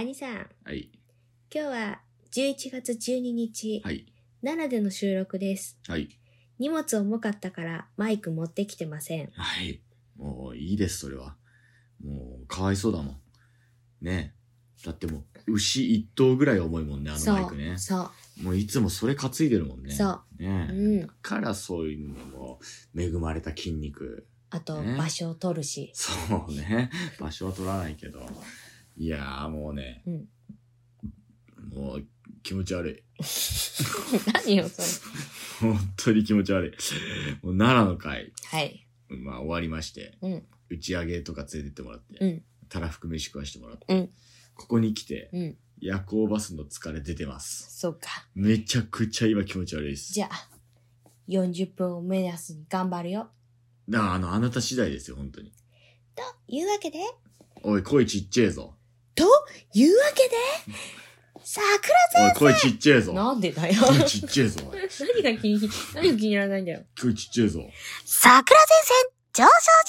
兄さん、 はい。 今日は11月12日、 はい。 奈良での収録です。 はい。 荷物重かったからマイク持ってきてません。 はい。もういいです、それは。もう、かわいそうだもん。ねえ。だってもう、牛一頭ぐらい重いもんね、あのマイクね。 そう。 もういつもそれ担いでるもんね。 そう。 ねえ。 うん。 だからそういうのも、恵まれた筋肉。 あと、 ね、 場所を取るし。 そうね。場所は取らないけど。いやーもうね。 うん。 もう、気持ち悪い。 何よ、そ本当に気持ち悪い。もう奈良の会。 はい。 まあ終わりまして。 うん。 打ち上げとか連れてってもらって。 うん。 たらふく飯食わしてもらって。 うん。 ここに来て、 うん。 夜行バスの疲れ出てます。 そうか。 めちゃくちゃ今気持ち悪いです。 じゃあ、40分を目安に頑張るよ。 あなた次第ですよ、本当に。 というわけで。 おい、声ちっちゃいぞ。 というわけで、桜先生。 おい、声ちっちゃいぞ。 なんでだよ。 声ちっちゃいぞ。 何が気に入らないんだよ。 声ちっちゃいぞ。 桜前線上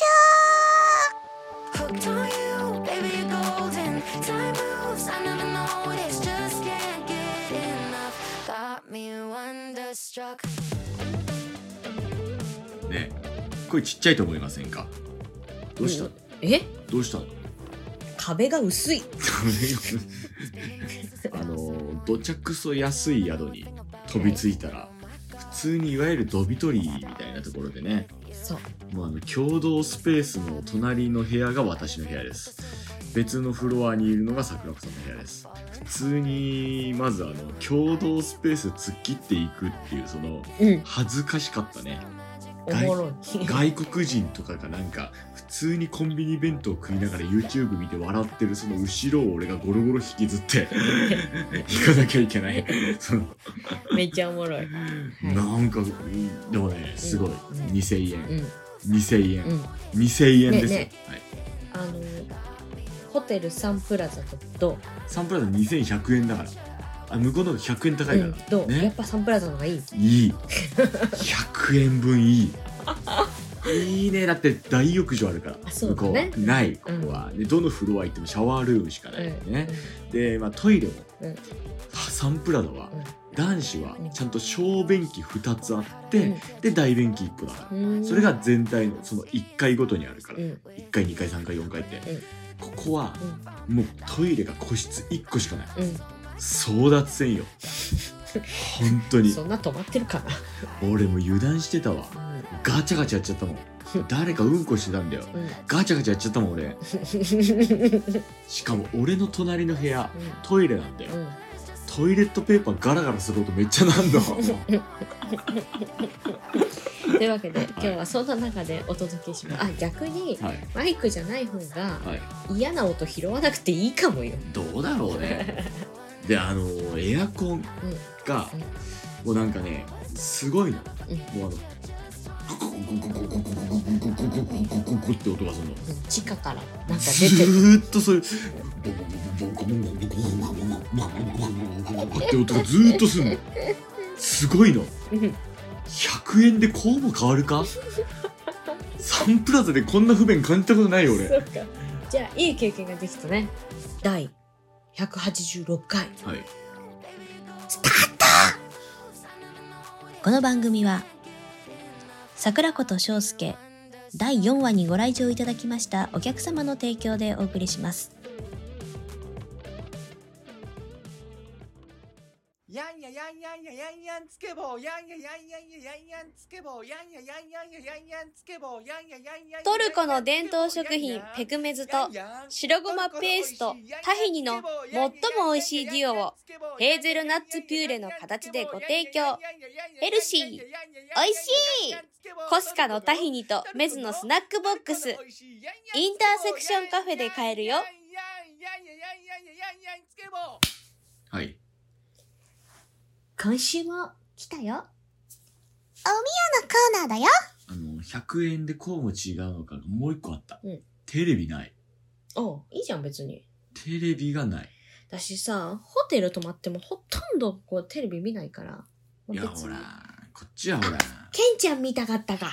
昇中。 ねえ、声ちっちゃいと思いませんか？どうしたの？どうしたの？ 壁が薄い。 どちゃくそ安い宿に飛びついたら、普通にいわゆるドビトリーみたいなところでね。 そう。 もう共同スペースの隣の部屋が私の部屋です。別のフロアにいるのが桜子さんの部屋です。普通に、まず共同スペース突っ切っていくっていう、恥ずかしかったね。 おもろい。 外国人とかがなんか普通にコンビニ弁当食いながら YouTube 見て笑ってるその後ろを俺がゴロゴロ引きずって行かなきゃいけない。 めっちゃおもろい。 なんかでもね、すごい、2000円、2000円、 うん、 2000円ですよ。 ね、はい、ホテルサンプラザとサンプラザ2100円だから。向こうの方が100円高いから。 どう、ね、やっぱサンプラザの方がいい。 いい。100円分いい。いいね。だって大浴場あるから。 あ、そうだね。 向こうはない。ここは、でどのフロア行ってもシャワールームしかないよね。で、トイレも、サンプラザは、男子はちゃんと小便器2つあって、で大便器1個だから。それが全体のその1階ごとにあるから。1階、2階、3階、4階って。ここは、もうトイレが個室1個しかない。争奪戦よ。本当に。 そんな止まってるかな。 俺も油断してたわ。ガチャガチャやっちゃったもん。誰かうんこしてたんだよ。ガチャガチャやっちゃったもん俺。しかも俺の隣の部屋、トイレなんだよ。トイレットペーパーガラガラする音めっちゃなんの。 というわけで今日はそんな中でお届けします。逆に、マイクじゃない方が嫌な音拾わなくていいかもよ。 どうだろうね。でエアコンが、もうなんかねすごいの。もうって音がするの。 地下からなんか出てる。 ずーっとそういうって音がずーっとするの。すごいの。100円でこうも変わるか？サンプラザでこんな不便感じたことないよ俺。 そうか。じゃあいい経験ができたね。第186回、 はい、 スタート。この番組は桜子と翔介第4話にご来場いただきましたお客様の提供でお送りします。 やんややんやんややんやんつけぼうやんややんやんややんやんつけぼうやんややんやんややんやんつけぼうやんややんやん。 トルコの伝統食品ペクメズと白ごまペーストタヒニの最も美味しいデュオをヘーゼルナッツピューレの形でご提供。ヘルシー、美味しい。コスカのタヒニとメズのスナックボックス、インターセクションカフェで買えるよ。 はい。 今週も来たよ。おみやのコーナーだよ。 100円でこうも違うのかがもう一個あった。テレビない。 いいじゃん別に。 テレビがない。 私さ、ホテル泊まってもほとんどテレビ見ないから。 いやほら、こっちはほら。 ケンちゃん見たかったか。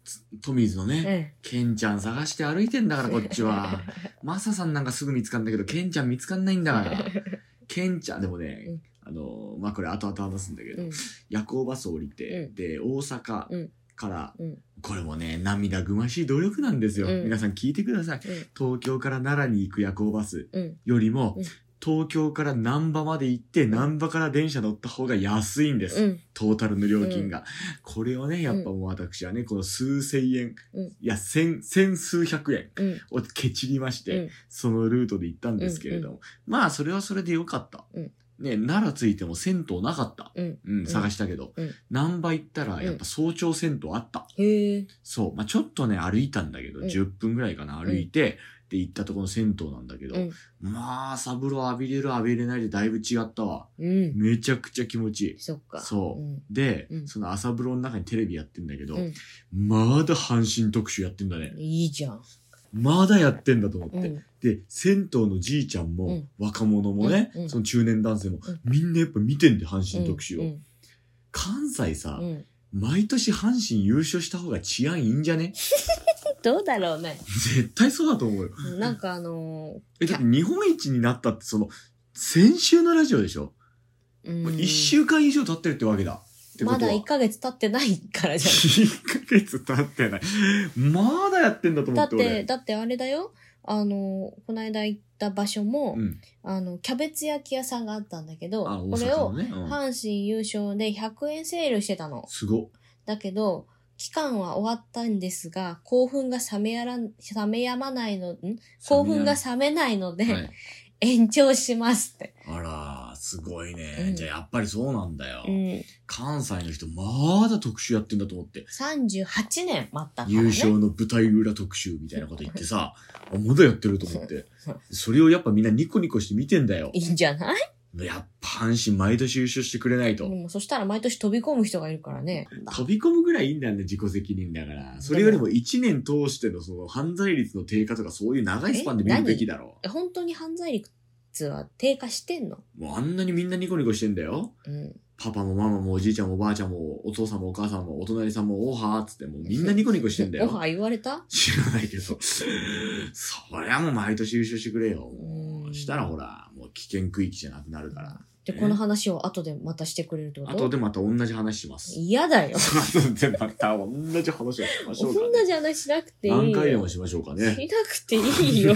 富水のね、ケンちゃん探して歩いてんだからこっちは。マサさんなんかすぐ見つかんだけど、ケンちゃん見つかんないんだから。ケンちゃん、でもね、まあ、これ後々話すんだけど、夜行バス降りて、で、大阪から、これもね、涙ぐましい努力なんですよ。皆さん聞いてください。東京から奈良に行く夜行バスよりも、東京から難波まで行って、難波から電車乗った方が安いんです。トータルの料金が。これをね、やっぱもう私はね、この数千円、いや、千数百円をケチりまして、そのルートで行ったんですけれども、まあ、それはそれでよかった。ね、奈良着いても銭湯なかった。探したけど。難波行ったら、やっぱ早朝銭湯あった。そう。まあちょっとね、歩いたんだけど、10分ぐらいかな、歩いて、で、行ったところの銭湯なんだけど、まあ、朝風呂浴びれる浴びれないでだいぶ違ったわ。めちゃくちゃ気持ちいい。 そっか。 そう。で、その朝風呂の中にテレビやってんだけど、まだ阪神特集やってんだね。 いいじゃん。 まだやってんだと思って。で、銭湯のじいちゃんも、若者もね、その中年男性も、みんなやっぱ見てんで、阪神特集を。関西さ、毎年阪神優勝した方が治安いいんじゃね？ どうだろうね。 絶対そうだと思うよ。 なんかだって日本一になったって先週のラジオでしょ？1週間以上経ってるってわけだ。 まだ1ヶ月経ってないからじゃん。 1ヶ月経ってない。まだやってんだと思って俺。 だってあれだよ。この間行った場所も、キャベツ焼き屋さんがあったんだけど、これを阪神優勝で100円セールしてたの。 すごっ。 だけど、期間は終わったんですが、興奮が冷めやまないの、興奮が冷めないので、延長しますって。 あら、すごいね。じゃあやっぱりそうなんだよ。関西の人まだ特集やってんだと思って。 38年待ったからね。 優勝の舞台裏特集みたいなこと言ってさ、まだやってると思って。それをやっぱみんなニコニコして見てんだよ。 いいんじゃない？ やっぱ阪神毎年優勝してくれないと。 でもそしたら毎年飛び込む人がいるからね。 飛び込むぐらいいいんだよね、自己責任だから。それよりも1年通しての犯罪率の低下とかそういう長いスパンで見るべきだろう。 本当に犯罪率は低下してんの？ もうあんなにみんなニコニコしてんだよ。パパもママもおじいちゃんもおばあちゃんもお父さんもお母さんもお隣さんもオハーっつってもうみんなニコニコしてんだよ。 オハー言われた？ 知らないけど。そりゃもう毎年優勝してくれよ。したらほら、もう危険区域じゃなくなるから。 で、この話を後でまたしてくれるってこと？ 後でまた同じ話します。 嫌だよ。 後でまた同じ話をしましょうか、ね。 同じ話しなくていいよ。 何回でもしましょうかね。 しなくていいよ。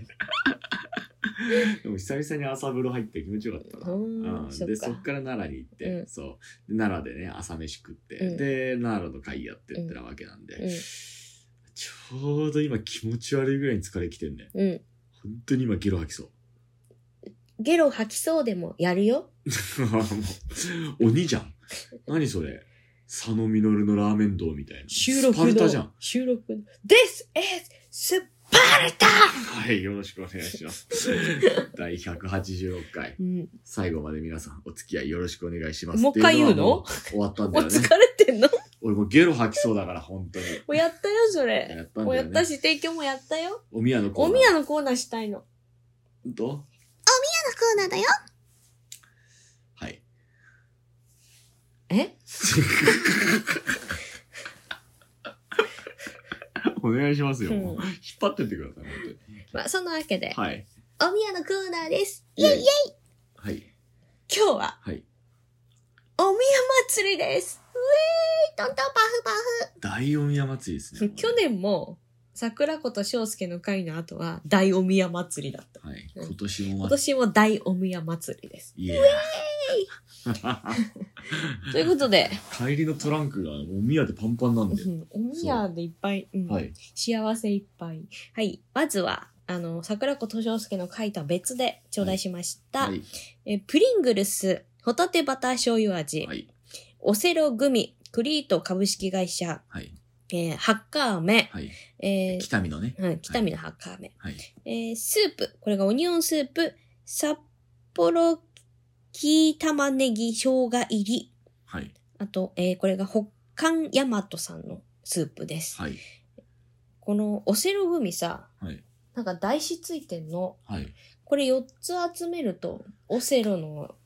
でも久々に朝風呂入って気持ちよかったな。で、そっから奈良に行って、そう。で奈良でね、朝飯食って、で、奈良の会やってってなわけなんで、ちょうど今気持ち悪いぐらいに疲れきてんね。本当に今ゲロ吐きそう。 ゲロ吐きそうでもやるよ。 鬼じゃん。何それ。佐野実のラーメン堂みたいな。 収録の。 スパルタじゃん。 収録の。This is スパルタ！ はい、よろしくお願いします。第186回、最後まで皆さんお付き合いよろしくお願いします。 もう一回言うの？ 終わったんだよね。 もう疲れてんの？ 俺もうゲロ吐きそうだから本当に。 もうやったよそれ。 やったんだよね。 もうやったし提供もやったよ。 おみやのコーナー。 おみやのコーナーしたいの。 おみやのコーナーだよ。 はい。 え？ お願いしますよ。引っ張ってってください。 まあ、そんなわけで。 はい。 おみやのコーナーです。イェイイェイ！ はい。 今日は、 はい。 おみや祭りです。うえーい、トントンパフパフ。 大おみや祭りですね。 去年も、桜子と翔介の会の後は、大おみや祭りだった。 はい。今年も大おみや祭りです。 イエーイということで。 帰りのトランクがおみやでパンパンなんで。 おみやでいっぱい、 はい、 幸せいっぱい。はい。まずは、桜子と翔介の会とは別で頂戴しました。はい、プリングルス、ホタテバター醤油味。はい、オセログミ、クリート株式会社。はい、ハッカーメ。はい、 北見のね。 北見のハッカーメ。はい、スープ、これがオニオンスープ、札幌き玉ねぎ生姜入り。はい。あと、これが北韓ヤマトさんのスープです。はい。このオセログミさ、はい。なんか台紙ついてんの。はい。これ4つ集めると、オセロの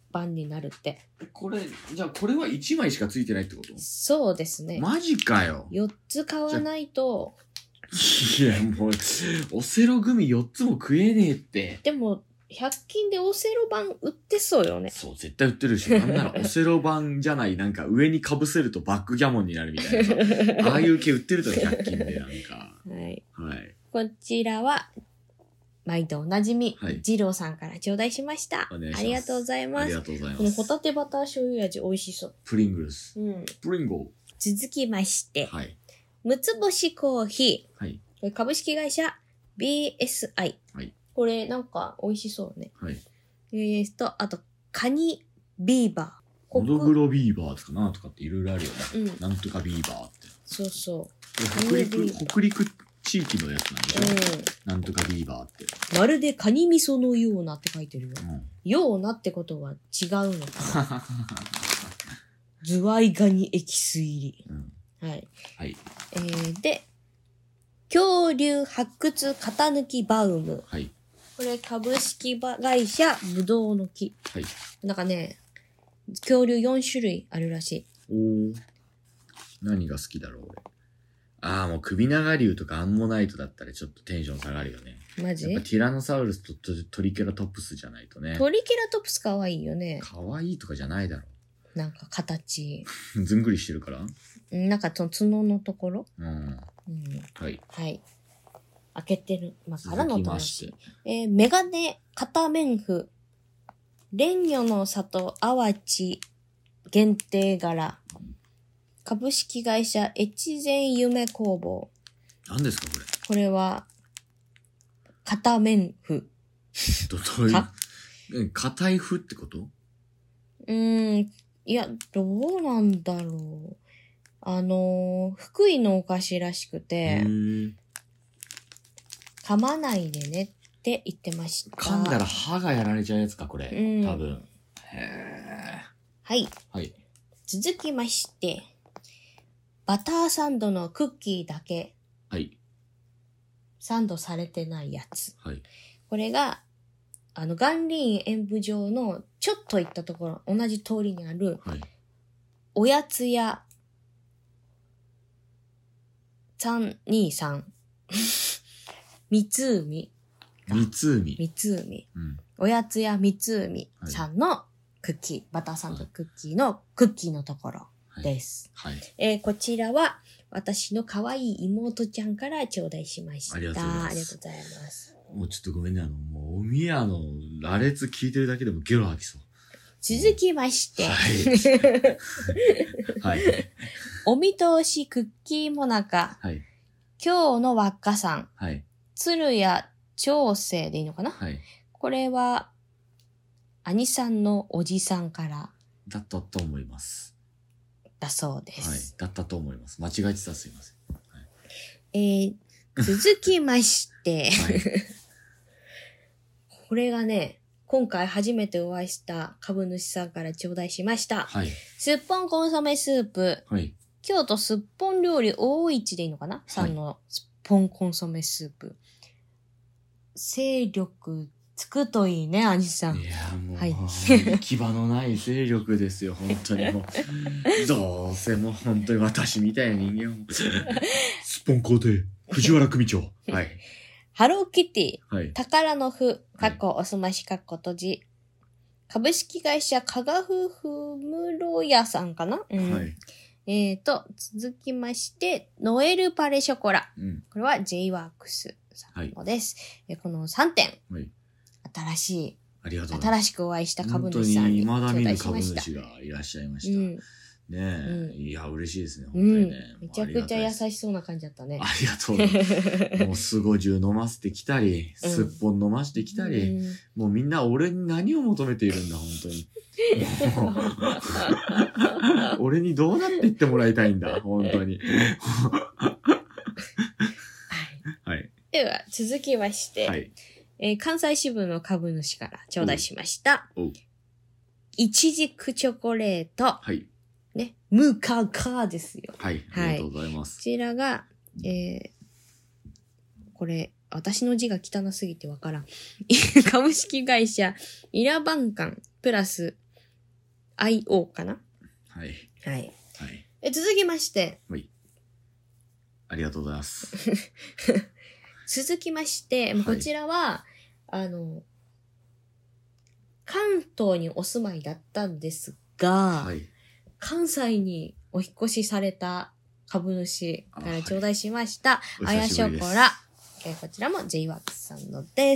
版になるって。 これ、じゃあこれは1枚しかついてないってこと？ そうですね。 マジかよ。 4つ買わないと。 いや、もう、オセログミ4つも食えねえって。 でも、100均でオセロ版売ってそうよね。 そう、絶対売ってるし。なんならオセロ版じゃない、なんか上に被せるとバックギャモンになるみたいなさ。ああいう系売ってると100均で、なんか。 はい。 はい。 こちらは、毎度おなじみ、 はい、 二郎さんから頂戴しました。 お願いします。 ありがとうございます。 ありがとうございます。 このホタテバター醤油味美味しそう。 プリングルス。 うん。 プリンゴ。 続きまして、 はい。 六つ星コーヒー。 はい。 これ株式会社 BSI。はい。これなんか美味しそうね。 はい。 あと、カニビーバー。 ノドグロビーバーとかなんとかっていろいろあるよね。 うん。 なんとかビーバーって。 そうそう。 北陸地域のやつなんでしょ、なんとかビーバーって。 まるでカニ味噌のようなって書いてるよ。ようなってことは違うのかな。ズワイガニエキス入り。はい。 はい。 で、恐竜発掘型抜きバウム。 はい。 これ株式会社ぶどうの木。 はい。 なんかね、恐竜4種類あるらしい。 おー。何が好きだろう俺。ああ、もう首長竜とかアンモナイトだったらちょっとテンション下がるよね。 マジ？ やっぱティラノサウルスとトリケラトプスじゃないとね。 トリケラトプスかわいいよね。 かわいいとかじゃないだろう。なんか形。 ずんぐりしてるから？ なんかその角のところ。 うん。はい。 はい。開けてる。からの楽しい。メガネ片面麩。蓮魚の里淡路限定柄。株式会社越前夢工房。何ですかこれ？ これは、片面麩。 どういう？硬い麩ってこと？いや、どうなんだろう。福井のお菓子らしくて、噛まないでねって言ってました。 噛んだら歯がやられちゃうやつか、これ。多分。 はい。 はい。 続きまして、バターサンドのクッキーだけ。 はい。 サンドされてないやつ。 はい。 これが、岩林演舞場のちょっと行ったところ、同じ通りにある、はい、おやつ屋323三つ海。 三つ海。 三つ海。おやつ屋三つ海さんのクッキー、はい、バターサンドクッキーのクッキーのところです。 はい。 こちらは私の可愛い妹ちゃんから頂戴しました。 ありがとうございます。 ありがとうございます。 もうちょっとごめんね、もう、おみやの羅列聞いてるだけでもゲロ吐きそう。 続きまして。 はい。はい。 お見通しクッキーもなか。 はい。 今日の輪っかさん。 はい。 鶴屋長生でいいのかな？ はい。 これは、兄さんのおじさんから。 だったと思います。 だそうです。 はい。だったと思います。間違えてたらすいません。 はい、続きまして。はい。これがね、今回初めてお会いした株主さんから頂戴しました。 はい。 すっぽんコンソメスープ。 はい。 京都すっぽん料理大市でいいのかな、はい、さんのすっぽんコンソメスープ。勢力つくといいね、兄さん。 いや、もう、はい、牙のない勢力ですよ、本当にもう。どうせもう本当に私みたいな人間を。すっぽん皇帝、藤原組長。はい。 ハローキティ、 はい、 宝の符、おすまし閉じ。株式会社加賀風ふむろ屋さんかな、 はい。 続きまして、ノエルパレショコラ。 うん、 これは J-WORKS さんのです。はい、この3点。 はい、 新しい。 ありがとうございます。 新しくお会いした株主さんに本当に未だ見ぬ株主がいらっしゃいました。ねえ、いや、嬉しいですね、本当にね。 めちゃくちゃ優しそうな感じだったね。 ありがとう。もう、スゴジュ飲ませてきたり、すっぽん飲ませてきたり、もうみんな俺に何を求めているんだ、本当に。俺にどうなっていってもらいたいんだ、本当に。はい。 では、続きまして、はい、関西支部の株主から頂戴しました。いちじくチョコレート。 はい。 ね。ムカカですよ。 はい。ありがとうございます。 こちらが、これ、私の字が汚すぎてわからん。株式会社、イラバンカンプラス IO かな。 はい。 はい。 はい。 続きまして。 はい。ありがとうございます。 続きまして、こちらは、関東にお住まいだったんですが、はい、関西にお引越しされた株主から頂戴しました、あやショコラ。こちらも JWORKS さんのです。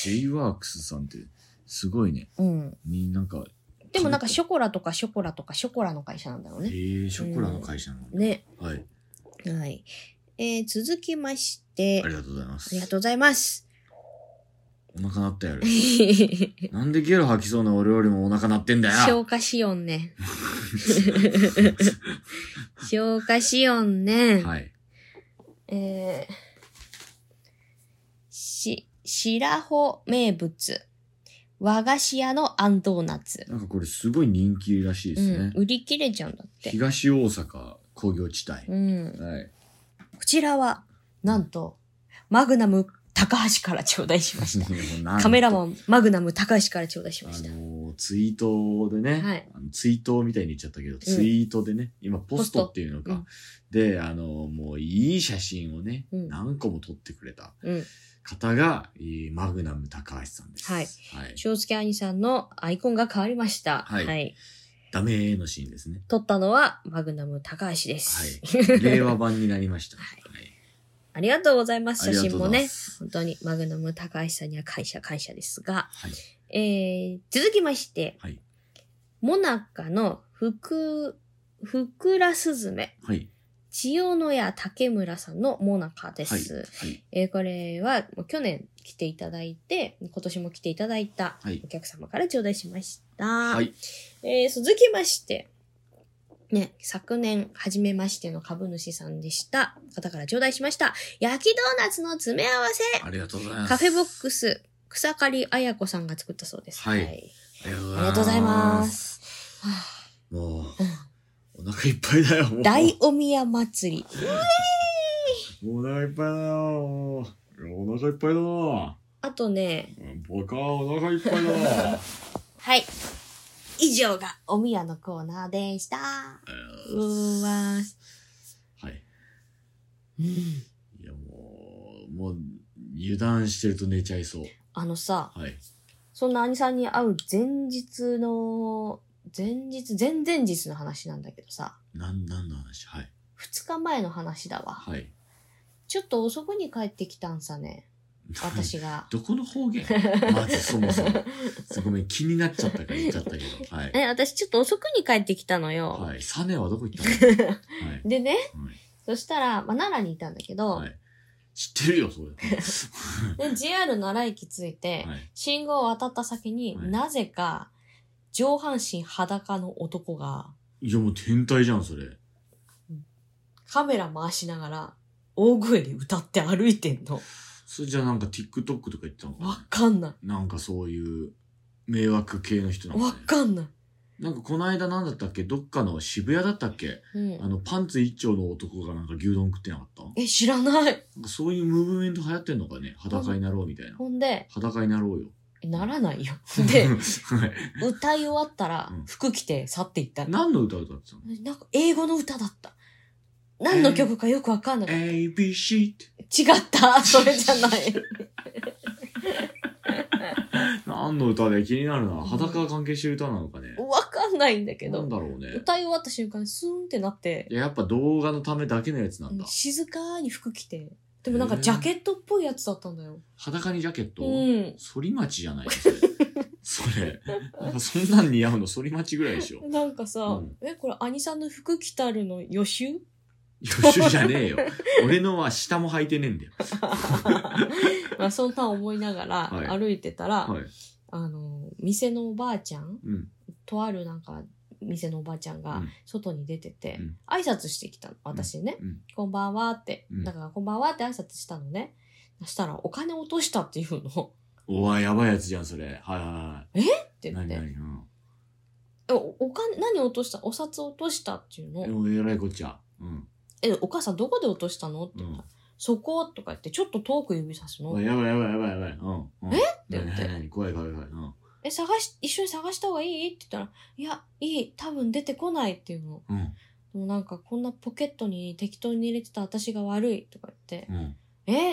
JWORKS さんってすごいね。 うん。 なんか、 でもなんかショコラとかショコラとかショコラの会社なんだろうね。 ショコラの会社なのね。 はい。 はい。続きまして。 ありがとうございます。 ありがとうございます。 お腹鳴ったやろ。なんでゲロ吐きそうな俺よりもお腹鳴ってんだよ。 消化しよんね。消化しよんね。 はい。 白穂名物。和菓子屋のドーナツ。 なんかこれすごい人気らしいですね。 売り切れちゃうんだって。 東大阪工業地帯。はい。 こちらは、なんと、マグナム高橋から頂戴しました。カメラマン、マグナム高橋から頂戴しました。 ツイートでね、はい、ツイートみたいに言っちゃったけど、ツイートでね、今ポストっていうのか、で、もういい写真をね、何個も撮ってくれた方が、マグナム高橋さんです。 はい。正月兄さんのアイコンが変わりました。 はい。ダメのシーンですね。 撮ったのはマグナム高橋です。 はい。令和版になりました。はい。 ありがとうございます。写真もね。本当にマグナム高橋さんには感謝ですが。はい。続きまして。はい。モナカのふくらすずめ。はい。千代野屋竹村さんのモナカです。はい。これは去年来ていただいて、今年も来ていただいたお客様から頂戴しました。はい。続きまして。ね、昨年、初めましての株主さんでした。方から頂戴しました。焼きドーナツの詰め合わせ。 ありがとうございます。 カフェボックス、草刈彩子さんが作ったそうです。 はい。はい、 ありがとうございます。 もう、お腹いっぱいだよ。 大お宮祭り。 お腹いっぱいだよ。お腹いっぱいだな。 あとね。 バカ、お腹いっぱいだな。 はい。以上がお宮のコーナーでした。うわー。 はい。いやもう、油断してると寝ちゃいそう。 さ、 はい。 そんな兄さんに会う前々日の話なんだけどさ。 何の話？はい。 2日前の話だわ。 はい。 ちょっと遅くに帰ってきたんさね。私が。 どこの方言？まずそもそも。ごめん、気になっちゃったから言っちゃったけど。はい。 私ちょっと遅くに帰ってきたのよ。 はい。サネはどこ行ったの？はい。 でね、そしたら、奈良にいたんだけど、 はい。知ってるよ、それ。 で、JR 奈良駅着いて、信号を渡った先に、なぜか、上半身裸の男が、 いや、もう天体じゃん、それ。 カメラ回しながら、大声で歌って歩いてんの。 それじゃあなんか TikTok とか言ってたのかな？ わかんない。 なんかそういう迷惑系の人なのかね。 わかんない。 なんかこの間なんだったっけ？どっかの渋谷だったっけ？パンツ一丁の男がなんか牛丼食ってなかった？ 知らない。なんかそういうムーブメント流行ってんのかね？裸になろうみたいな。 ほんで、 裸になろうよ。 ならないよ。で、歌い終わったら服着て去っていった。 何の歌歌ってたの？ なんか英語の歌だった。何の曲かよくわかんない。 ABC って。 違った。それじゃない。 何の歌で気になるな。裸が関係してる歌なのかね。 わかんないんだけど。 なんだろうね。 歌い終わった瞬間にスーンってなって。 やっぱ動画のためだけのやつなんだ。 静かに服着て。でもなんかジャケットっぽいやつだったんだよ。 裸にジャケット？反町じゃないそれ。なんかそんなん似合うの反町ぐらいでしょ。 なんかさ、これ兄さんの服着たるの予習？ 予習じゃねえよ。俺のは下も履いてねえんだよ。 まあそんな思いながら歩いてたら、店のおばあちゃん、とあるなんか店のおばあちゃんが外に出てて、挨拶してきたの。私ね、こんばんはって。だからこんばんはって挨拶したのね。そしたらお金落としたっていうの。 おわ、やばいやつじゃん、それ。はいはいはい。 って言って。お金、何落とした？お札落としたっていうの。 えらいこっちゃ。 お母さんどこで落としたのって言ったら、そことか言ってちょっと遠く指さすの。 やばい。って言って。 怖い。 一緒に探した方がいいって言ったら、いや、いい、多分出てこないっていうの。もうなんかこんなポケットに適当に入れてた私が悪いとか言って、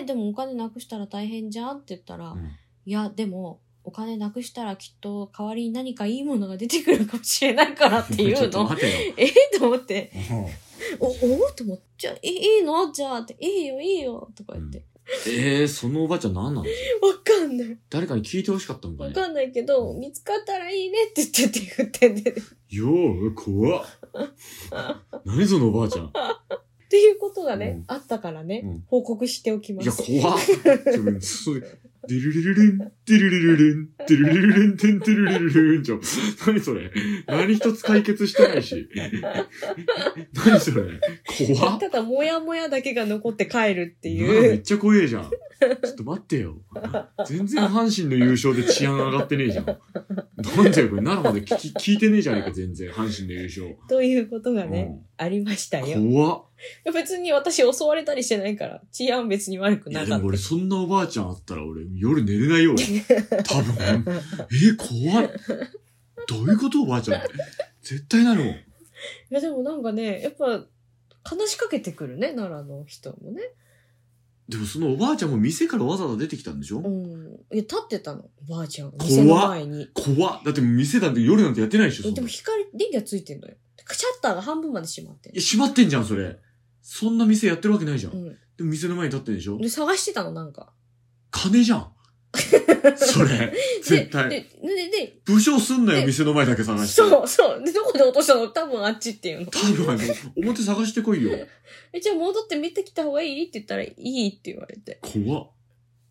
でもお金なくしたら大変じゃんって言ったら、いや、でも、お金なくしたらきっと代わりに何かいいものが出てくるかもしれないからっていうの。 ちょっと待てよ。 と思って。おと思って、じゃあ、いいのじゃあって、いいよ、とか言って。 そのおばあちゃん何なんですかわかんない。 誰かに聞いてほしかったのかね。 わかんないけど、見つかったらいいねって言ってんで。 怖っ。何そのおばあちゃん。 っていうことがね、あったからね、報告しておきます。 いや、怖っ。デルルルルン、デルルルルン、デルルルルン、デルルルルンじゃん。何それ何一つ解決してないし。何それ怖っ。 ただ、もやもやだけが残って帰るっていう。 めっちゃ怖えじゃん。ちょっと待ってよ。全然阪神の優勝で治安上がってねえじゃん。なんだよ、これ。奈良まで聞いてねえじゃねえか、全然。阪神の優勝。 ということがね、ありましたよ。 怖っ。 別に私襲われたりしてないから、治安別に悪くなかった。 いやでも俺そんなおばあちゃんあったら俺夜寝れないよ。多分。怖い。どういうことおばあちゃん。絶対なるもん。いやでもなんかね、やっぱ話しかけてくるね、奈良の人もね。 でもそのおばあちゃんも店からわざわざ出てきたんでしょ？ いや、立ってたの、おばあちゃん。店の前に。 怖っ。だって店なんて夜なんてやってないでしょ？ でも電気がついてんのよ。シャッターが半分まで閉まってんの。 閉まってんじゃん、それ。そんな店やってるわけないじゃん。でも店の前に立ってんでしょ？ で、探してたの、なんか。 金じゃん。それ。絶対。で、武将すんなよ、店の前だけ探して。 そう。で、どこで落としたの？多分あっちっていうの。 多分表探してこいよ。 じゃあ戻って見てきた方がいいって言ったら、いいって言われて。 怖っ。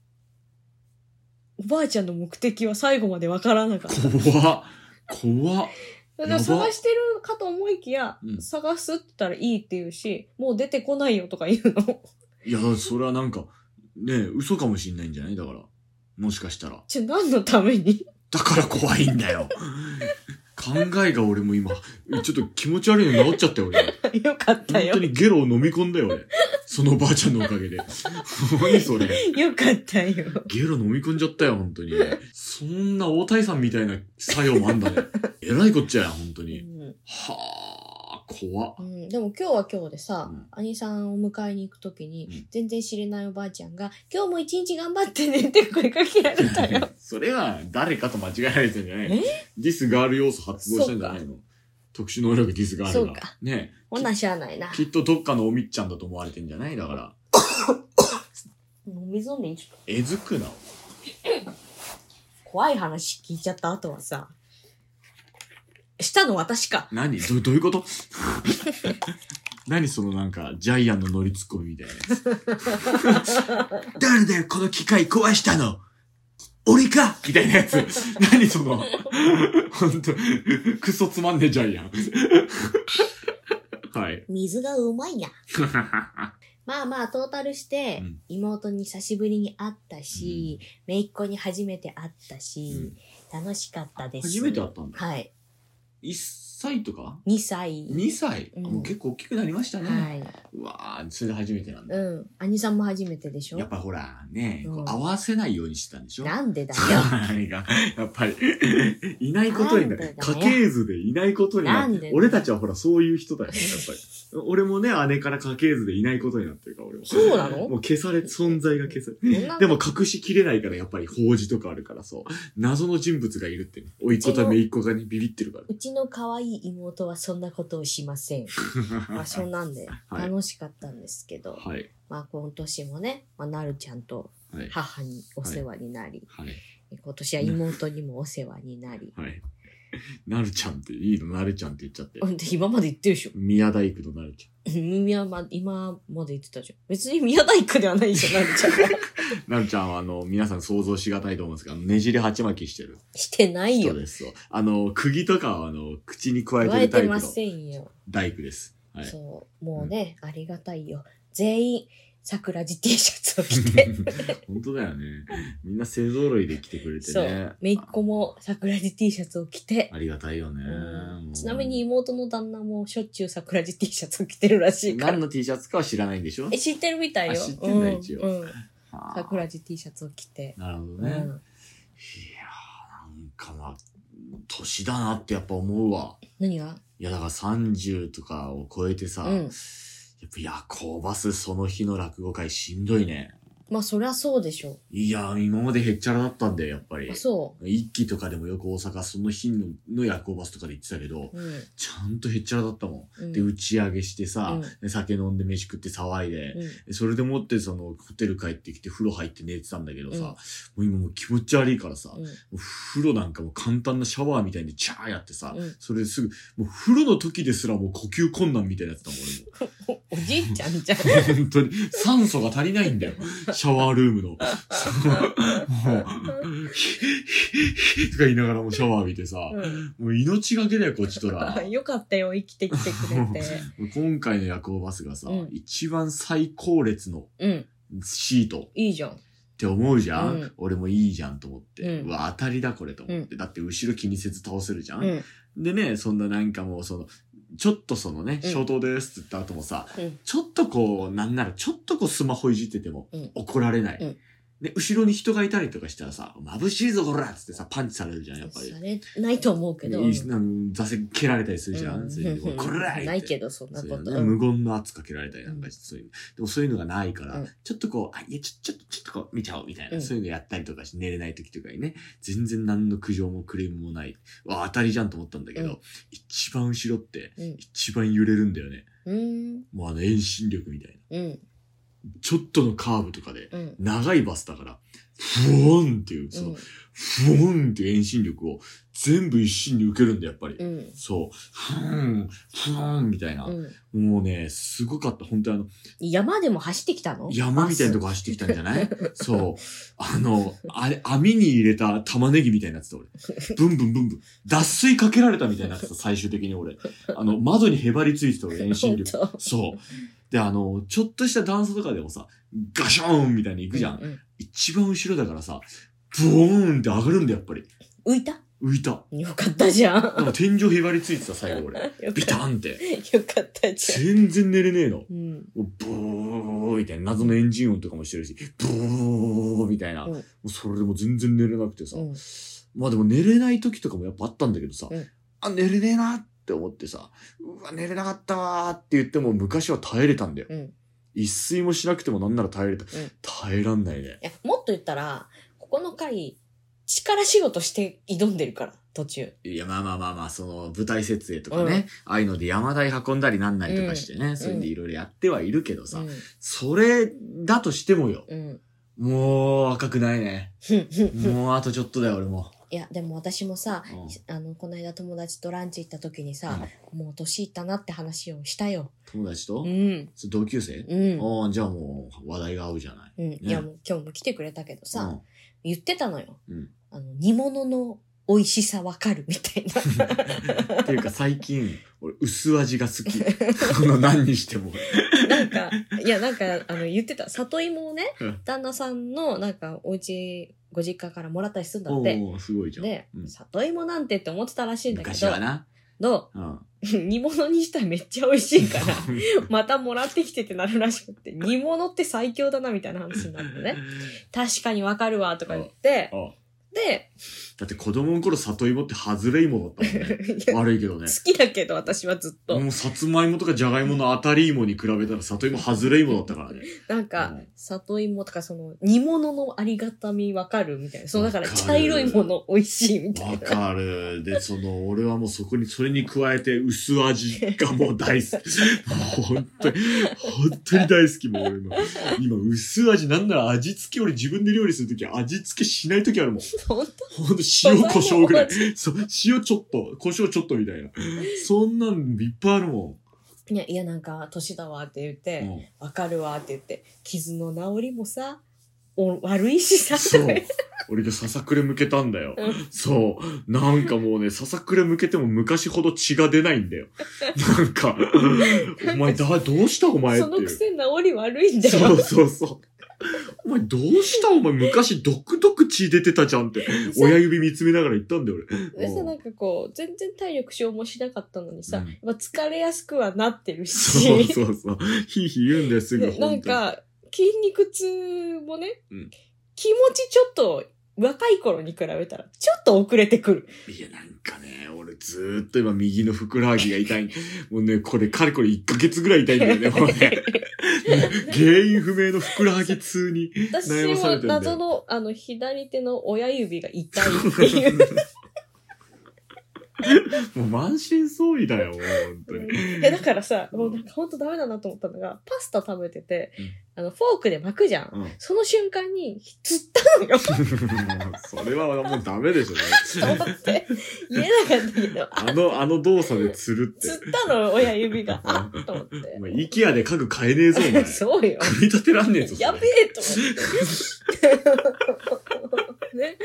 おばあちゃんの目的は最後までわからなかった。 怖っ。 でも探してるかと思いきや、探すって言ったらいいって言うし、もう出てこないよとか言うの。 いや、それはなんか、ね嘘かもしんないんじゃないだから。もしかしたら。 何のために？ だから怖いんだよ。考えが俺も今、ちょっと気持ち悪いの治っちゃったよ、俺。 よかったよ。 本当にゲロを飲み込んだよ、俺。そのおばあちゃんのおかげで。何それ。 よかったよ。 ゲロ飲み込んじゃったよ、本当に。そんな大谷さんみたいな作用もあんだね。えらいこっちゃや、本当に。はぁ、怖っ。 でも今日は今日でさ、兄さんを迎えに行くときに、全然知れないおばあちゃんが、今日も一日頑張ってねって声かけられたよ。 それは誰かと間違えられてんじゃないの？ディスガール要素発動したんじゃないの？特殊能力ディスガールが。 そうか。 ねえ。 ほなしゃあないな。 きっとどっかのおみっちゃんだと思われてんじゃないだから。 水飲んでいい？ えずくな。 怖い話聞いちゃった後はさ、したの私か。 どういうこと何そのなんか、ジャイアンの乗りツッコミみたいなやつ。誰だよ、この機械壊したの俺かみたいなやつ。何その、ほんと、クソつまんねえジャイアン。はい。 水がうまいや。まあ、トータルして、妹に久しぶりに会ったし、姪っ子に初めて会ったし、楽しかったです。 初めて会ったんだ。 はい。 1歳とか ?2 歳。 2歳、もう結構大きくなりましたね。 はい。 うわぁ、それで初めてなんだ。 兄さんも初めてでしょ？ やっぱほら、ね、合わせないようにしてたんでしょ？ なんでだよ。 何が、やっぱり、いないことになる。家系図でいないことになる。俺たちはほら、そういう人だよね、やっぱり。俺もね、姉から家系図でいないことになってるから、俺も。 そうなの？ もう存在が消され。でも隠しきれないから、やっぱり法事とかあるから、そう。謎の人物がいるって、ね。甥っ子と姪っ子がね、ビビってるから。 うちの可愛い妹はそんなことをしません。まあ、そんなんで、楽しかったんですけど。はい。まあ、今年もね、なるちゃんと母にお世話になり、今年は妹にもお世話になり、 なるちゃんっていいの？なるちゃんって言っちゃって。 今まで言ってるでしょ。 宮大工のなるちゃん。今まで言ってたじゃん。別に宮大工ではないじゃん、なるちゃんは。 なるちゃんは皆さん想像しがたいと思うんですけど、ねじり鉢巻きしてる。 してないよ。 そうです。釘とかは口に加えてるタイプの。 加えてませんよ。 大工です。はい。 そう。もうね、ありがたいよ。全員、桜地 T シャツを着て。 本当だよね。みんな勢揃いで来てくれてね。そう。 姪っ子も桜地 T シャツを着て。 ありがたいよね。 ちなみに妹の旦那もしょっちゅう桜地 T シャツを着てるらしいから。 何の T シャツかは知らないんでしょ？ 知ってるみたいよ。 知ってんだ、一応。 桜地 T シャツを着て。 なるほどね。いやー、なんか年だなってやっぱ思うわ。 何が？ いやだから30とかを超えてさ、やっぱ夜行バスその日の落語会しんどいね。 まあそりゃそうでしょ。 いや、今までへっちゃらだったんだよ、やっぱり。 そう。 一期とかでもよく大阪その日の夜行バスとかで行ってたけど、ちゃんとへっちゃらだったもん。で、打ち上げしてさ、酒飲んで飯食って騒いで、それでもってそのホテル帰ってきて風呂入って寝てたんだけどさ、もう今もう気持ち悪いからさ、もう風呂なんかも簡単なシャワーみたいにチャーやってさ、それですぐ、もう風呂の時ですらもう呼吸困難みたいなやつだもん、俺も。 おじいちゃんじゃん。 本当に酸素が足りないんだよ。シャワールームの。もう、とか言いながらもシャワー浴びてさ、もう命がけだよ、こっちとら。 よかったよ、生きてきてくれて。 今回の夜行バスがさ、一番最高列のシート。 いいじゃん。 って思うじゃん、俺もいいじゃんと思って。うわ、当たりだこれと思って。だって後ろ気にせず倒せるじゃん、でね、そんななんかもうちょっとそのね、消灯ですって言った後もさ、ちょっとこう、なんならちょっとこうスマホいじってても怒られない。で、後ろに人がいたりとかしたらさ、眩しいぞこらっつってさ、パンチされるじゃん、やっぱり。 されないと思うけど。 座席蹴られたりするじゃん、それでこらって。 ないけど、そんなこと。 無言の圧かけられたりなんかして、そういう。でもそういうのがないから、ちょっとこう、いや、ちょっとこう見ちゃおうみたいな、そういうのやったりとかして寝れない時とかにね、全然何の苦情もクレームもない。当たりじゃんと思ったんだけど、一番後ろって、一番揺れるんだよね。もう遠心力みたいな。ちょっとのカーブとかで、長いバスだから、ふおんっていう、ふおんっていう遠心力を全部一心に受けるんだよ、やっぱり。そう。ふーんみたいな。もうね、すごかった。本当山でも走ってきたの？ 山みたいなとこ走ってきたんじゃないそう。網に入れた玉ねぎみたいになってた、俺。ブンブンブンブン。脱水かけられたみたいになってた、最終的に俺。窓にへばりついてた、俺、遠心力。そう。で、ちょっとした段差とかでもさ、ガショーンみたいに行くじゃん。一番後ろだからさ、ブーンって上がるんだよ、やっぱり。 浮いた。よかったじゃん。 天井へばりついてた、最後俺。ビタンって。 よかったじゃん。 全然寝れねえの。ブーみたいな、謎のエンジン音とかもしてるし、ブーみたいな。もうそれでも全然寝れなくてさ。まあでも寝れない時とかもやっぱあったんだけどさ、寝れねえなって思ってさ、うわ、寝れなかったわーって言っても昔は耐えれたんだよ。一睡もしなくてもなんなら耐えれた。耐えらんないね。 いや、もっと言ったら、ここの回、力仕事して挑んでるから、途中。 いや、まあ、その、舞台設営とかね、ああいうので山台運んだりなんなりとかしてね、そういうのでいろいろやってはいるけどさ、それだとしてもよ、もう若くないね。もうあとちょっとだよ、俺も。 いや、でも私もさ、この間友達とランチ行った時にさ、もう年いったなって話をしたよ。 友達と同級生じゃあもう話題が合うじゃない。 いや、もう今日も来てくれたけどさ、言ってたのよ。煮物の美味しさわかるみたいな。 っていうか最近、俺薄味が好き。何にしても。 なんか言ってた。里芋をね、旦那さんのご実家からもらったりするんだって。 すごいじゃん。 で、里芋なんてって思ってたらしいんだけど。 昔はな。 煮物にしたらめっちゃ美味しいから、またもらってきてってなるらしくて、煮物って最強だなみたいな話になってね。確かにわかるわとか言って、で、 だって子供の頃里芋って外れ芋だったもんね。悪いけどね。 好きだけど私はずっと。 もうさつまいもとかじゃがいもの当たり芋に比べたら里芋外れ芋だったからね。 なんか、里芋とか煮物のありがたみわかるみたいな。だから茶色いもの美味しいみたいな。 わかる。で、俺はもうそれに加えて薄味がもう大好き。もう本当に大好きもう俺の。今薄味なんなら味付け俺自分で料理するとき味付けしないときあるもん。 本当塩胡椒ぐらい。そう、塩ちょっと、胡椒ちょっとみたいな。そんなんいっぱいあるもん。いや、なんか、年だわって言って、わかるわって言って、傷の治りもさ、悪いしさ。 そう。俺がささくれ向けたんだよ。そう。なんかもうね、ささくれ向けても昔ほど血が出ないんだよ。なんか、お前どうしたお前っていう。 そのくせ治り悪いんだよ。 そう。お前どうしたお前昔ドクドク血出てたじゃんって親指見つめながら言ったんだよ俺。 でさ、なんかこう全然体力消耗しなかったのにさ、やっぱ疲れやすくはなってるし。 そう。ひいひい言うんだよすぐ。 なんか筋肉痛もね、気持ちちょっと若い頃に比べたら、ちょっと遅れてくる。 いや、なんかね、俺ずーっと今右のふくらはぎが痛い。もうね、これ、かれこれ1ヶ月ぐらい痛いんだよね、もうね。原因不明のふくらはぎ痛に私悩まされてるんだよ。 も謎の、左手の親指が痛いっていう。 もう満身創痍だよ、もう本当に。 だからさ、もうなんかほんとダメだなと思ったのが、パスタ食べてて、フォークで巻くじゃん。その瞬間に、釣ったのよ。 それはもうダメでしょ、ね。 と思って、言えなかったけど。 あの動作で釣るって。 釣ったの、親指が。あっと思って。 お前、イケアで家具買えねえぞ、お前。 そうよ。 組み立てらんねえぞ、 やべえと思って。ね。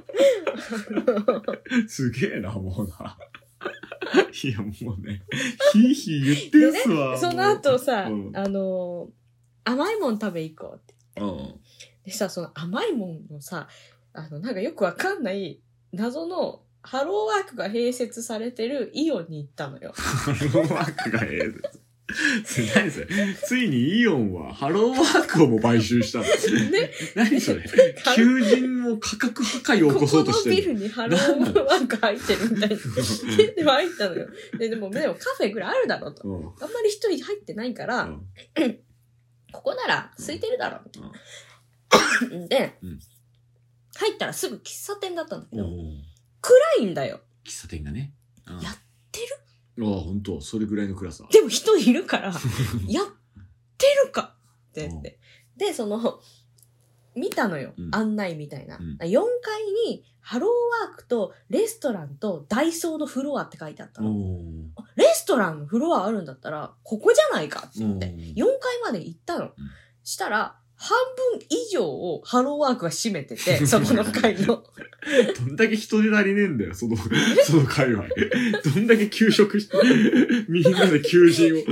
すげえな、もうな。いや、もうね、ひいひい言ってんすわ。 ね、その後さ、甘いもん食べ行こうって言って。でさ、その甘いもんのさ、なんかよくわかんない謎のハローワークが併設されてるイオンに行ったのよ。 ハローワークが併設何それついにイオンはハローワークをも買収したんです。ね、何それ求人も価格破壊を起こそうとしてる。 ここのビルにハローワーク入ってるみたいな。でも入ったのよ。でもカフェぐらいあるだろうと。あんまり人入ってないから、ここなら空いてるだろう。で、入ったらすぐ喫茶店だったんだけど、暗いんだよ。 喫茶店がね。 やってる？ ああ、ほんと。それぐらいの暗さ。 でも人いるから、やってるかって言って。で、見たのよ。案内みたいな。4階に、ハローワークとレストランとダイソーのフロアって書いてあったの。レストランのフロアあるんだったら、ここじゃないかって言って、4階まで行ったの。したら、半分以上をハローワークが占めてて、そこの階の。 どんだけ人手足りねえんだよ、その界隈。どんだけ休職して、みんなで求人を。でね。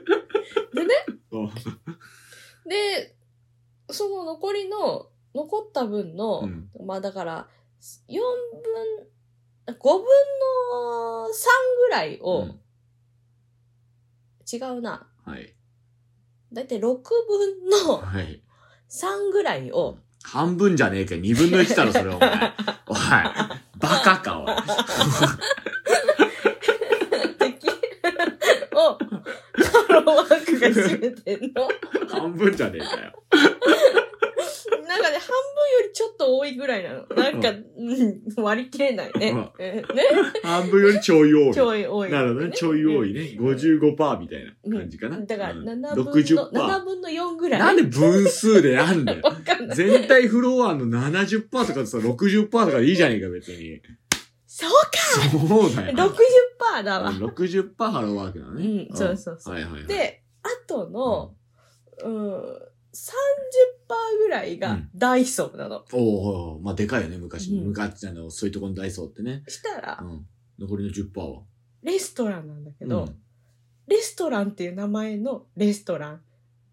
で、その残った分の、まあだから、5分の3ぐらいを、違うな。 はい。 だいたい6分の3ぐらいを、 半分じゃねえか、2分の1だろ、それお前。おい、バカか、おい。 ハローワークが占めてんの。 半分じゃねえかよ。 なんかね、半分よりちょっと多いぐらいなの。なんか、割り切れないね。ね。 半分よりちょい多い。 ちょい多い。 なるほどね。ちょい多いね。55% みたいな感じかな。 だから7分の4ぐらい。 なんで分数でやんだよ。 わかんない。 全体フロアの 70% とかさ、60% とかでいいじゃねえか、別に。 そうかそうだよ。 60% だわ。 60% ハローワークだね。 そうそうそう。 はいはいはい。 で、あとの、30% ぐらいがダイソーなの。 おお、まあでかいよね、昔。昔そういうところのダイソーってね。 したら、 残りの 10% はレストランなんだけど、レストランっていう名前のレストラン。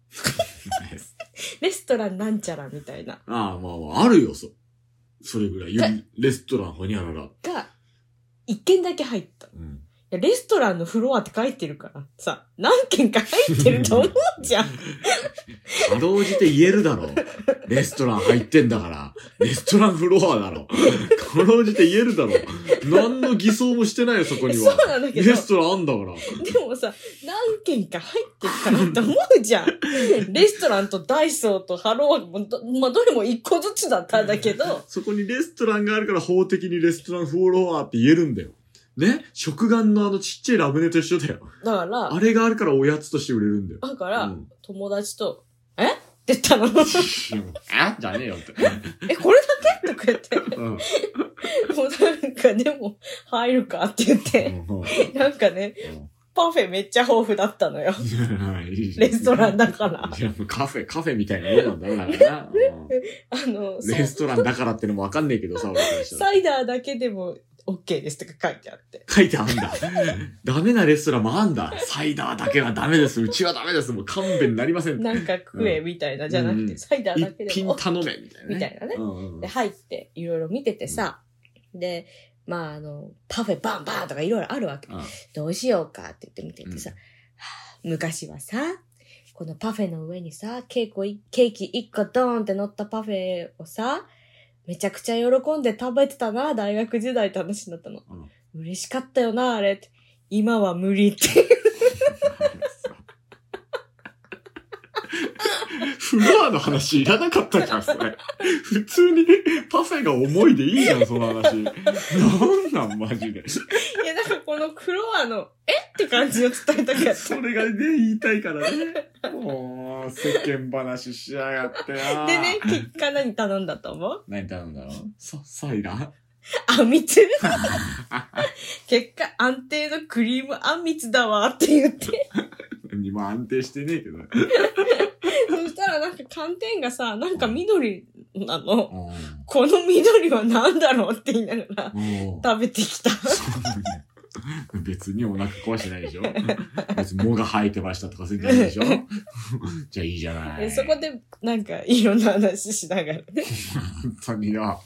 レストランなんちゃらみたいな。 ああ、まあ、あるよ、それぐらい。レストランほにゃらら。 が、一軒だけ入った。レストランのフロアって書いてるからさ、何軒か入ってると思うじゃん。 かろうじて言えるだろ。レストラン入ってんだから。レストランフロアだろ。かろうじて言えるだろ。何の偽装もしてないよ、そこには。 そうなんだけど。 レストランあんだから。 でもさ、何軒か入ってるからと思うじゃん。レストランとダイソーとハローも、まあ、どれも一個ずつだったんだけど。 そこにレストランがあるから法的にレストランフロアって言えるんだよ。ね、食玩のちっちゃいラムネと一緒だよ。だから、あれがあるからおやつとして売れるんだよ。 だから、友達と、って言ったの。 じゃねえよって。 これだけとか言って。もうなんかでも、入るかって言って。なんかね、パフェめっちゃ豊富だったのよ。レストランだから。 いや、カフェみたいなもんなんだからな。レストランだからってのもわかんねえけどさ、俺からしたら。 サイダーだけでも、OK ですとか書いてあって。 書いてあんだ。ダメなレストランもあんだ。サイダーだけはダメです。うちはダメです。もう勘弁になりません。 なんか食えみたいなじゃなくて、サイダーだけでも。 一品頼めみたいなね。 みたいなね。で、入っていろいろ見ててさ、で、まあパフェバンバンとかいろいろあるわけ。どうしようかって言って見ててさ、昔はさ、このパフェの上にさ、ケーキ1個ドーンって乗ったパフェをさ、 めちゃくちゃ喜んで食べてたな、大学時代って話になったの。嬉しかったよな、あれって。今は無理って。 フロアの話いらなかったじゃん、それ。普通にパフェが重いでいいじゃん、その話。なんマジで。 いや、だからこのフロアの、って感じを伝えたかった。 それがね、言いたいからね。もう、世間話しやがってな。 でね、結果何頼んだと思う？ 何頼んだの？サイダー？ あんみつ結果、安定のクリームあんみつだわって言って。 何も安定してねえけど。 そしたらなんか寒天がさ、なんか緑なの。この緑は何だろうって言いながら食べてきた。 別にお腹壊してないでしょ。別に藻が生えてましたとかそういうんじゃないでしょ。じゃあいいじゃない。 そこでなんかいろんな話しながらね。 本当にな。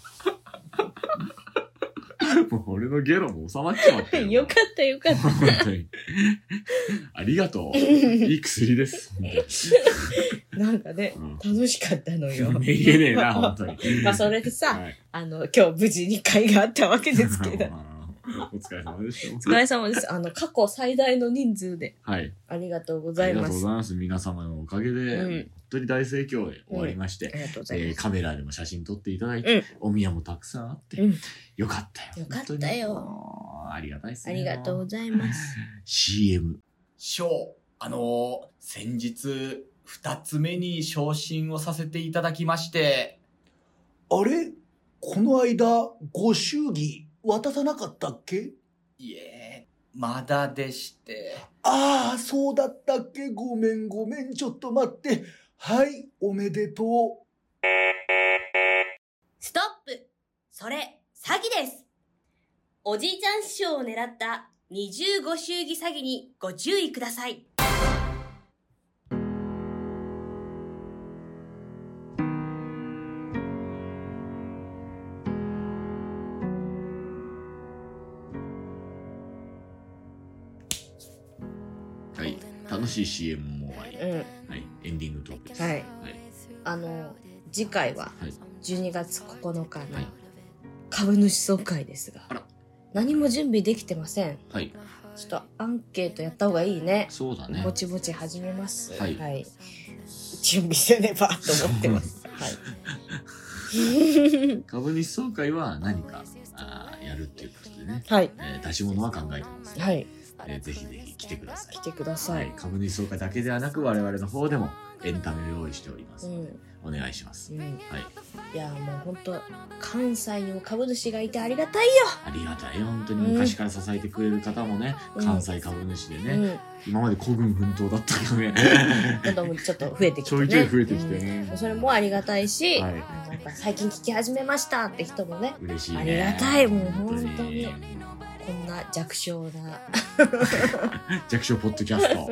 もう俺のゲロも収まっちまったよ。 よかったよかった。 本当に。ありがとう。いい薬です。 なんかね、楽しかったのよ。 めげねえな、本当に。 まあそれでさ、今日無事に会があったわけですけど。 お疲れ様でした。 お疲れ様です。過去最大の人数で。 はい。 ありがとうございます。 ありがとうございます。皆様のおかげで、本当に大盛況で終わりまして、カメラでも写真撮っていただいて、お宮もたくさんあって、よかったよ。 よかったよ。 ありがたいですね。 ありがとうございます。 CM。 ショー、先日、2つ目に昇進をさせていただきまして。 あれ？この間、ご祝儀渡さなかったっけ？ いえ、まだでして。 ああ、そうだったっけ？ごめん、ちょっと待って。はい、おめでとう。 ストップ！それ、詐欺です。おじいちゃん師匠を狙った二重ご祝儀詐欺にご注意ください。 はい、楽しい CM も終わり、はい、エンディングトークです。はい。 次回は12月9日の株主総会ですが、何も準備できてません。はい。ちょっとアンケートやった方がいいね。 そうだね。 ぼちぼち始めます。 はい。はい、 準備せねばと思ってます。はい。 株主総会は何かやるっていうことでね。 はい。出し物は考えてます。 はい。 ぜひぜひ来てください。 来てください。はい、 株主総会だけではなく我々の方でもエンタメを用意しておりますので、お願いします。はい。 いやもう本当関西にも株主がいてありがたいよ。 ありがたいよ。本当に昔から支えてくれる方もね、関西株主でね、今まで孤軍奮闘だったけどね。 ちょっと増えてきてね。 ちょいちょい増えてきてね。 それもありがたいし、なんか最近聞き始めましたって人もね、 嬉しいね。 ありがたい。もう本当に。こんな弱小な弱小ポッドキャスト、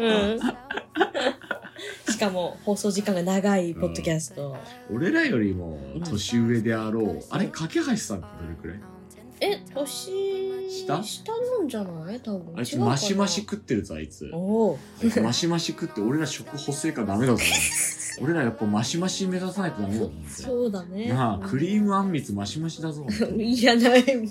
しかも放送時間が長いポッドキャスト、 俺らよりも年上であろう、あれ架橋さんってどれくらい？ 年下なんじゃない？多分あいつマシマシ食ってるぞあいつ。マシマシ食って俺ら食補正かダメだぞ。俺らやっぱマシマシ目指さないとダメだぞ。 そうだね。 なあ、クリームあんみつマシマシだぞ。 いらないもん。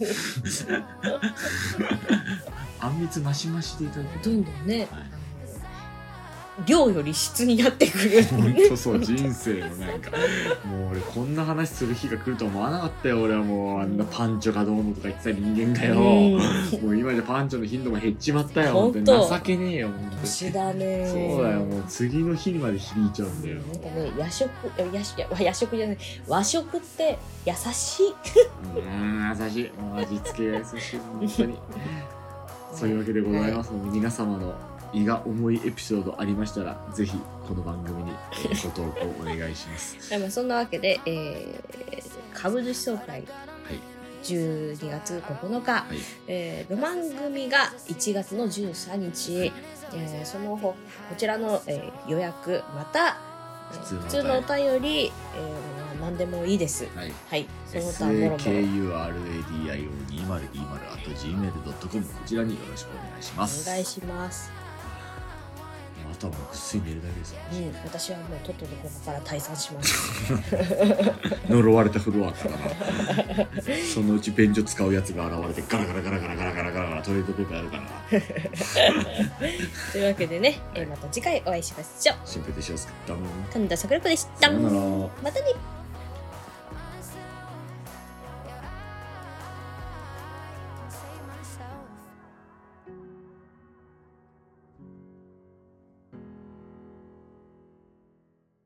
あんみつマシマシでいただく。 どんどんね。量より質になってくる。 本当そう、人生のなんかもう俺こんな話する日が来ると思わなかったよ。俺はもうあんなパンチョがどうのとか言ってた人間がよ、もう今じゃパンチョの頻度も減っちまったよ。本当に情けねえよ。 年だね。 そうだよ、もう次の日にまで響いちゃうんだよ。 なんかね、夜食じゃない、和食って優しい。 優しい。味付けが優しい。本当に。そういうわけでございますので、皆様の胃が重いエピソードありましたらぜひこの番組にご投稿お願いします。 そんなわけで、株主総会、12月9日、番組が1月の13日、そのこちらの、予約また普通のお便り、何でもいいです。はい。 その他もろもろ SAKURADIO2020@gmail.com こちらによろしくお願いします。 お願いします。 とはもうぐっすり寝るだけですよ、 私はもうとっととここから退散します呪われたフロアからなそのうち便所使うやつが現れてガラガラガラガラガラガラガラガラトイレットペーパーやるからなというわけでね、また次回お会いしましょう。 シンプルでしょうすかった神田桜子でした。 さよなら。 またね。